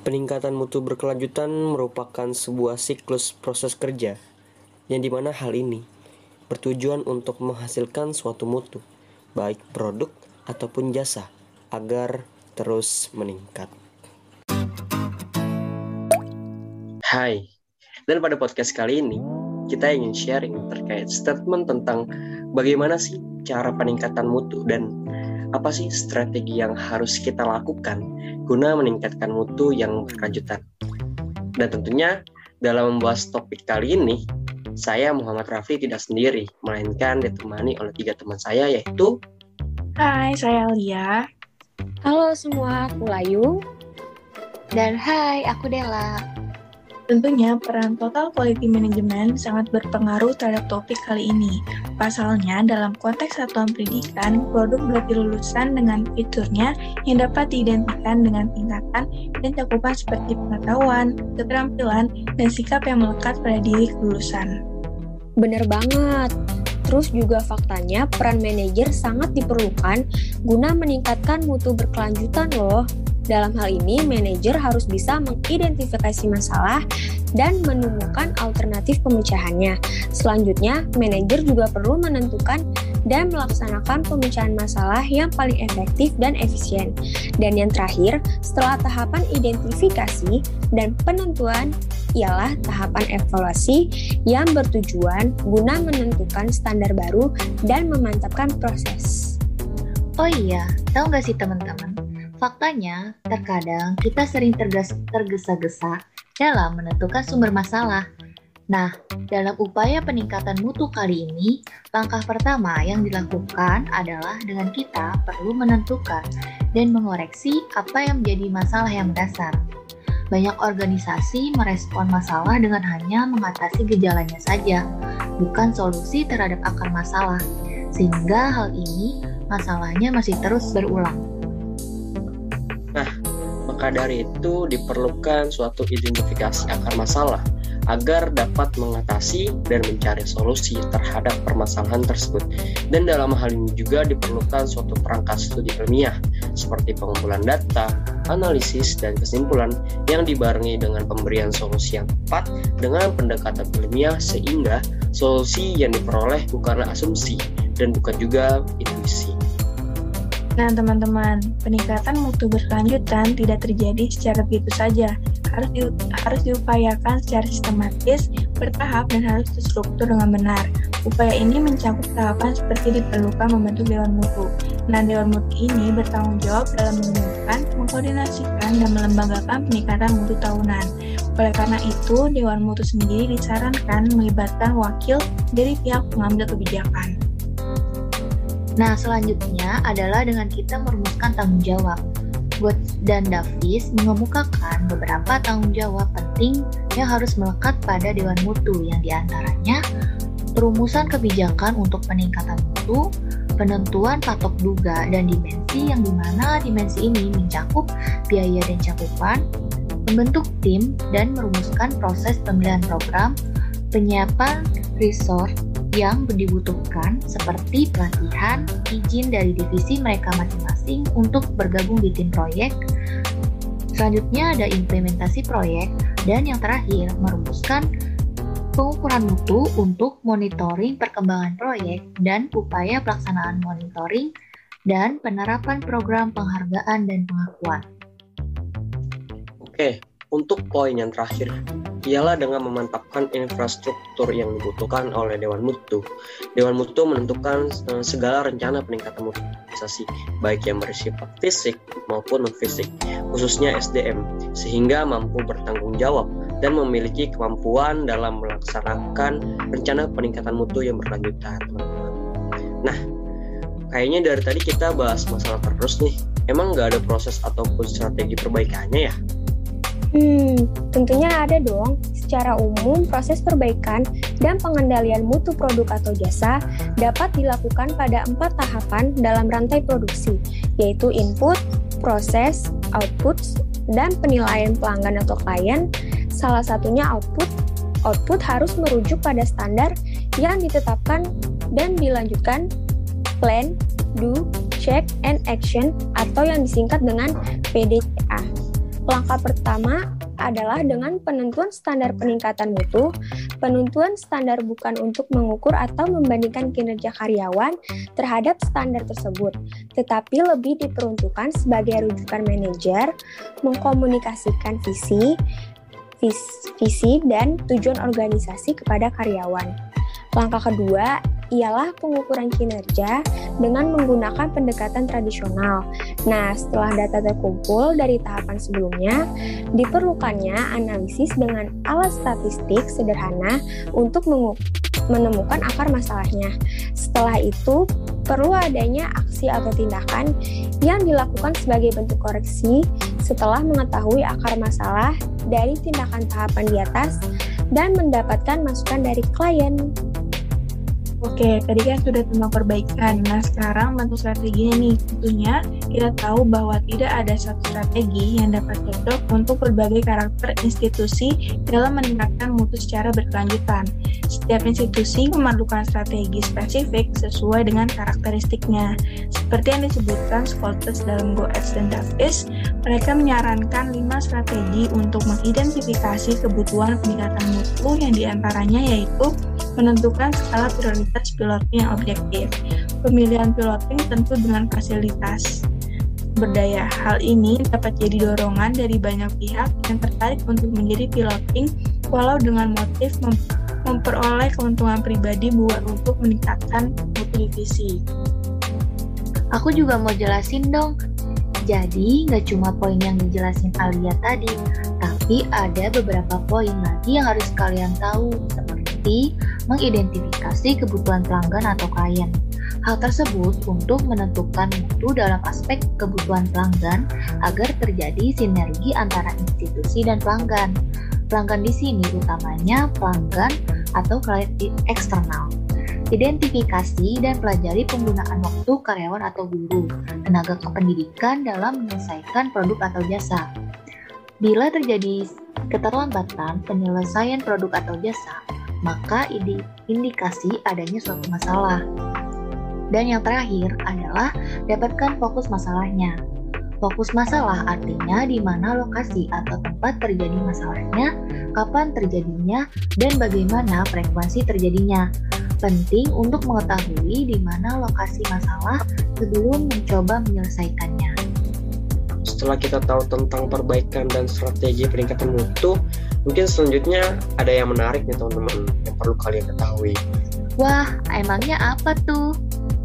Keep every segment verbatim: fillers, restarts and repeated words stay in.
Peningkatan mutu berkelanjutan merupakan sebuah siklus proses kerja yang dimana hal ini bertujuan untuk menghasilkan suatu mutu, baik produk ataupun jasa, agar terus meningkat. Hai, dan pada podcast kali ini kita ingin sharing terkait statement tentang bagaimana sih cara peningkatan mutu dan apa sih strategi yang harus kita lakukan guna meningkatkan mutu yang berkelanjutan. Dan tentunya dalam membahas topik kali ini, saya Muhammad Raffi tidak sendiri, melainkan ditemani oleh tiga teman saya, yaitu Hai, saya Lia. Halo semua, aku Layu. Dan hai, aku Dela. Tentunya peran total quality management sangat berpengaruh terhadap topik kali ini. Pasalnya, dalam konteks satuan pendidikan, produk berarti lulusan dengan fiturnya yang dapat diidentikan dengan tingkatan dan cakupan seperti pengetahuan, keterampilan, dan sikap yang melekat pada diri kelulusan. Bener banget. Terus juga faktanya peran manajer sangat diperlukan guna meningkatkan mutu berkelanjutan loh. Dalam hal ini, manajer harus bisa mengidentifikasi masalah dan menemukan alternatif pemecahannya. Selanjutnya, manajer juga perlu menentukan dan melaksanakan pemecahan masalah yang paling efektif dan efisien. Dan yang terakhir, setelah tahapan identifikasi dan penentuan ialah tahapan evaluasi yang bertujuan guna menentukan standar baru dan memantapkan proses. Oh iya, tahu nggak sih teman-teman? Faktanya, terkadang kita sering terges- tergesa-gesa dalam menentukan sumber masalah. Nah, dalam upaya peningkatan mutu kali ini, langkah pertama yang dilakukan adalah dengan kita perlu menentukan dan mengoreksi apa yang menjadi masalah yang mendasar. Banyak organisasi merespon masalah dengan hanya mengatasi gejalanya saja, bukan solusi terhadap akar masalah, sehingga hal ini masalahnya masih terus berulang. Nah, maka dari itu diperlukan suatu identifikasi akar masalah agar dapat mengatasi dan mencari solusi terhadap permasalahan tersebut. Dan dalam hal ini juga diperlukan suatu perangkat studi ilmiah seperti pengumpulan data, analisis, dan kesimpulan yang dibarengi dengan pemberian solusi yang tepat dengan pendekatan ilmiah sehingga solusi yang diperoleh bukanlah asumsi dan bukan juga intuisi. Nah teman-teman, peningkatan mutu berkelanjutan tidak terjadi secara begitu saja. Harus, di, harus diupayakan secara sistematis, bertahap, dan harus terstruktur dengan benar. Upaya ini mencakup tahapan seperti diperlukan membentuk Dewan Mutu. Nah, Dewan Mutu ini bertanggung jawab dalam mengumumkan, mengkoordinasikan, dan melembagakan peningkatan mutu tahunan. Oleh karena itu, Dewan Mutu sendiri disarankan melibatkan wakil dari pihak pengambil kebijakan. Nah, selanjutnya adalah dengan kita merumuskan tanggung jawab. Buat dan Davis mengemukakan beberapa tanggung jawab penting yang harus melekat pada Dewan Mutu, yang diantaranya perumusan kebijakan untuk peningkatan mutu, penentuan patok duga dan dimensi, yang dimana dimensi ini mencakup biaya dan cakupan, membentuk tim dan merumuskan proses pemilihan program, penyiapan resource yang dibutuhkan seperti pelatihan, izin dari divisi mereka masing-masing untuk bergabung di tim proyek. Selanjutnya ada implementasi proyek, dan yang terakhir merumuskan pengukuran mutu untuk monitoring perkembangan proyek dan upaya pelaksanaan monitoring dan penerapan program penghargaan dan pengakuan. Oke, untuk poin yang terakhir, ialah dengan memantapkan infrastruktur yang dibutuhkan oleh Dewan Mutu. Dewan Mutu menentukan segala rencana peningkatan mutu organisasi, baik yang bersifat fisik maupun non-fisik, khususnya S D M, sehingga mampu bertanggung jawab dan memiliki kemampuan dalam melaksanakan rencana peningkatan mutu yang berkelanjutan, teman-teman. Nah, kayaknya dari tadi kita bahas masalah terus nih. Emang nggak ada proses ataupun strategi perbaikannya ya? Hmm, tentunya ada dong. Secara umum, proses perbaikan dan pengendalian mutu produk atau jasa dapat dilakukan pada empat tahapan dalam rantai produksi, yaitu input, proses, output, dan penilaian pelanggan atau klien. Salah satunya output. Output harus merujuk pada standar yang ditetapkan dan dilanjutkan plan, do, check, and action atau yang disingkat dengan P D C A. Langkah pertama adalah dengan penentuan standar peningkatan mutu. Penentuan standar bukan untuk mengukur atau membandingkan kinerja karyawan terhadap standar tersebut, tetapi lebih diperuntukkan sebagai rujukan manajer mengkomunikasikan visi, visi dan tujuan organisasi kepada karyawan. Langkah kedua ialah pengukuran kinerja dengan menggunakan pendekatan tradisional. Nah, setelah data terkumpul dari tahapan sebelumnya, diperlukannya analisis dengan alat statistik sederhana untuk menemukan akar masalahnya. Setelah itu, perlu adanya aksi atau tindakan yang dilakukan sebagai bentuk koreksi setelah mengetahui akar masalah dari tindakan tahapan di atas dan mendapatkan masukan dari klien. Oke, tadi kan sudah tentang perbaikan. Nah, sekarang bentuk strateginya nih. Tentunya kita tahu bahwa tidak ada satu strategi yang dapat cocok untuk berbagai karakter institusi dalam meningkatkan mutu secara berkelanjutan. Setiap institusi memerlukan strategi spesifik sesuai dengan karakteristiknya. Seperti yang disebutkan Scholtes dalam Goetz dan Davis, mereka menyarankan lima strategi untuk mengidentifikasi kebutuhan peningkatan mutu yang diantaranya yaitu menentukan skala prioritas piloting yang objektif. Pemilihan piloting tentu dengan fasilitas berdaya. Hal ini dapat jadi dorongan dari banyak pihak yang tertarik untuk menjadi piloting walau dengan motif mem- memperoleh keuntungan pribadi buat untuk meningkatkan mutu divisi. Aku juga mau jelasin dong. Jadi, nggak cuma poin yang dijelasin Alia tadi, tapi ada beberapa poin lagi yang harus kalian tahu, seperti mengidentifikasi kebutuhan pelanggan atau klien. Hal tersebut untuk menentukan mutu dalam aspek kebutuhan pelanggan agar terjadi sinergi antara institusi dan pelanggan. Pelanggan di sini utamanya pelanggan atau klien eksternal. Identifikasi dan pelajari penggunaan waktu karyawan atau guru, tenaga kependidikan dalam menyelesaikan produk atau jasa. Bila terjadi keterlambatan penyelesaian produk atau jasa, maka indikasi adanya suatu masalah. Dan yang terakhir adalah dapatkan fokus masalahnya. Fokus masalah artinya di mana lokasi atau tempat terjadi masalahnya, kapan terjadinya, dan bagaimana frekuensi terjadinya. Penting untuk mengetahui di mana lokasi masalah sebelum mencoba menyelesaikannya. Setelah kita tahu tentang perbaikan dan strategi peningkatan mutu, mungkin selanjutnya ada yang menarik nih teman-teman yang perlu kalian ketahui. Wah, emangnya apa tuh?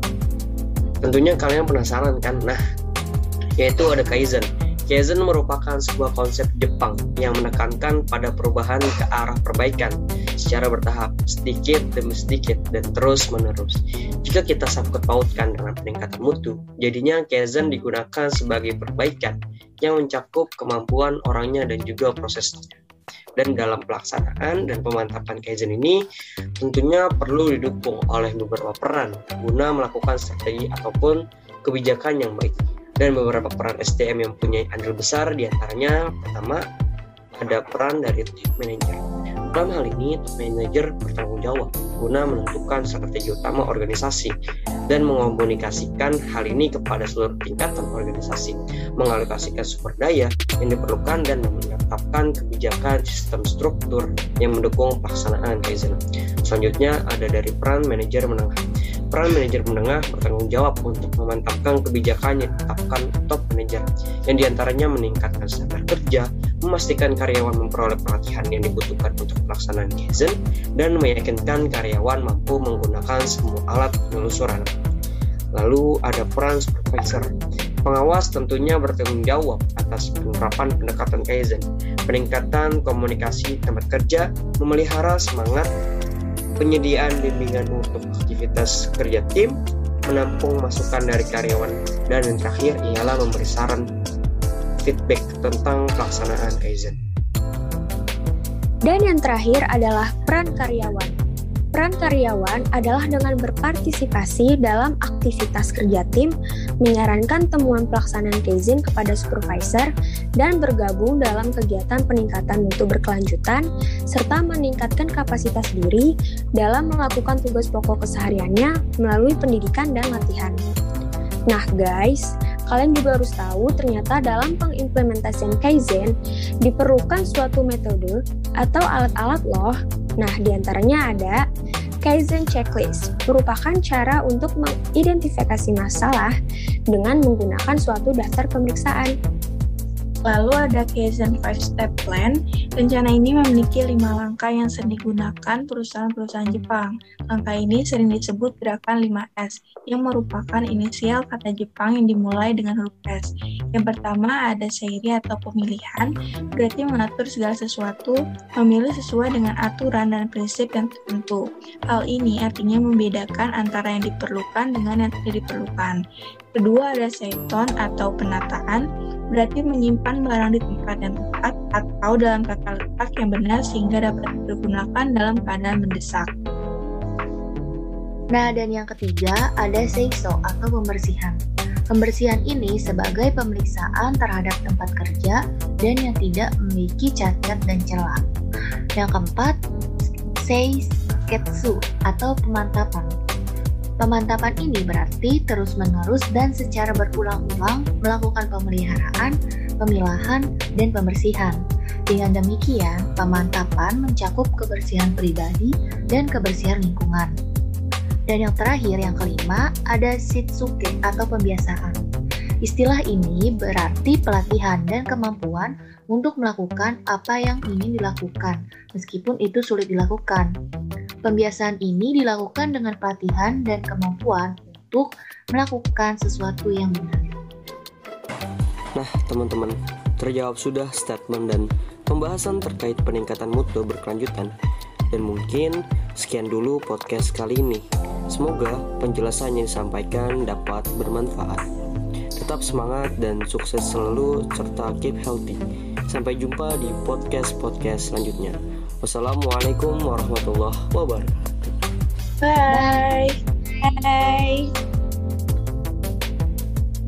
Tentunya kalian penasaran kan? Nah, yaitu ada Kaizen. Kaizen merupakan sebuah konsep Jepang yang menekankan pada perubahan ke arah perbaikan secara bertahap, sedikit demi sedikit, dan terus-menerus. Jika kita sangkut pautkan dengan peningkatan mutu, jadinya Kaizen digunakan sebagai perbaikan yang mencakup kemampuan orangnya dan juga prosesnya. Dan dalam pelaksanaan dan pemantapan Kaizen ini tentunya perlu didukung oleh beberapa peran guna melakukan strategi ataupun kebijakan yang baik. Dan beberapa peran S D M yang punya andil besar diantaranya pertama ada peran dari tim manajer. Dalam hal ini, tim manajer bertanggung jawab guna menentukan strategi utama organisasi dan mengomunikasikan hal ini kepada seluruh tingkatan organisasi, mengalokasikan sumber daya yang diperlukan dan menetapkan kebijakan sistem struktur yang mendukung pelaksanaan Kaizen. Selanjutnya ada dari peran manajer menengah. Peran manajer menengah bertanggung jawab untuk memantapkan kebijakan yang ditetapkan top manajer, yang diantaranya meningkatkan standar kerja, memastikan karyawan memperoleh pelatihan yang dibutuhkan untuk pelaksanaan Kaizen, dan meyakinkan karyawan mampu menggunakan semua alat penelusuran. Lalu ada peran supervisor. Pengawas tentunya bertanggung jawab atas penerapan pendekatan Kaizen, peningkatan komunikasi tempat kerja, memelihara semangat, penyediaan bimbingan untuk aktivitas kerja tim, menampung masukan dari karyawan, dan yang terakhir ialah memberi saran feedback tentang pelaksanaan Kaizen. Dan yang terakhir adalah peran karyawan. Peran karyawan adalah dengan berpartisipasi dalam aktivitas kerja tim, menyarankan temuan pelaksanaan Kaizen kepada supervisor, dan bergabung dalam kegiatan peningkatan mutu berkelanjutan, serta meningkatkan kapasitas diri dalam melakukan tugas pokok kesehariannya melalui pendidikan dan latihan. Nah guys, kalian juga harus tahu ternyata dalam pengimplementasian Kaizen diperlukan suatu metode atau alat-alat loh. Nah, diantaranya ada Kaizen Checklist, merupakan cara untuk mengidentifikasi masalah dengan menggunakan suatu daftar pemeriksaan. Lalu ada Kaizen five step Plan. Rencana ini memiliki lima langkah yang sering digunakan perusahaan-perusahaan Jepang. Langkah ini sering disebut gerakan lima S, yang merupakan inisial kata Jepang yang dimulai dengan huruf S. Yang pertama ada seiri atau pemilihan, berarti mengatur segala sesuatu, memilih sesuai dengan aturan dan prinsip yang tertentu. Hal ini artinya membedakan antara yang diperlukan dengan yang tidak diperlukan. Kedua ada seiton atau penataan, berarti menyimpan barang di tempat yang tepat atau dalam tata letak yang benar sehingga dapat digunakan dalam keadaan mendesak. Nah, dan yang ketiga ada seiso atau pembersihan. Pembersihan ini sebagai pemeriksaan terhadap tempat kerja dan yang tidak memiliki cacat dan celah. Yang keempat, seiketsu atau pemantapan. Pemantapan ini berarti terus-menerus dan secara berulang-ulang melakukan pemeliharaan, pemilahan, dan pembersihan. Dengan demikian, pemantapan mencakup kebersihan pribadi dan kebersihan lingkungan. Dan yang terakhir, yang kelima, ada shitsuke atau pembiasaan. Istilah ini berarti pelatihan dan kemampuan untuk melakukan apa yang ingin dilakukan, meskipun itu sulit dilakukan. Pembiasaan ini dilakukan dengan pelatihan dan kemampuan untuk melakukan sesuatu yang benar. Nah, teman-teman, terjawab sudah statement dan pembahasan terkait peningkatan mutu berkelanjutan. Dan mungkin sekian dulu podcast kali ini. Semoga penjelasan yang disampaikan dapat bermanfaat. Tetap semangat dan sukses selalu serta keep healthy. Sampai jumpa di podcast-podcast selanjutnya. Wassalamualaikum warahmatullahi wabarakatuh. Bye.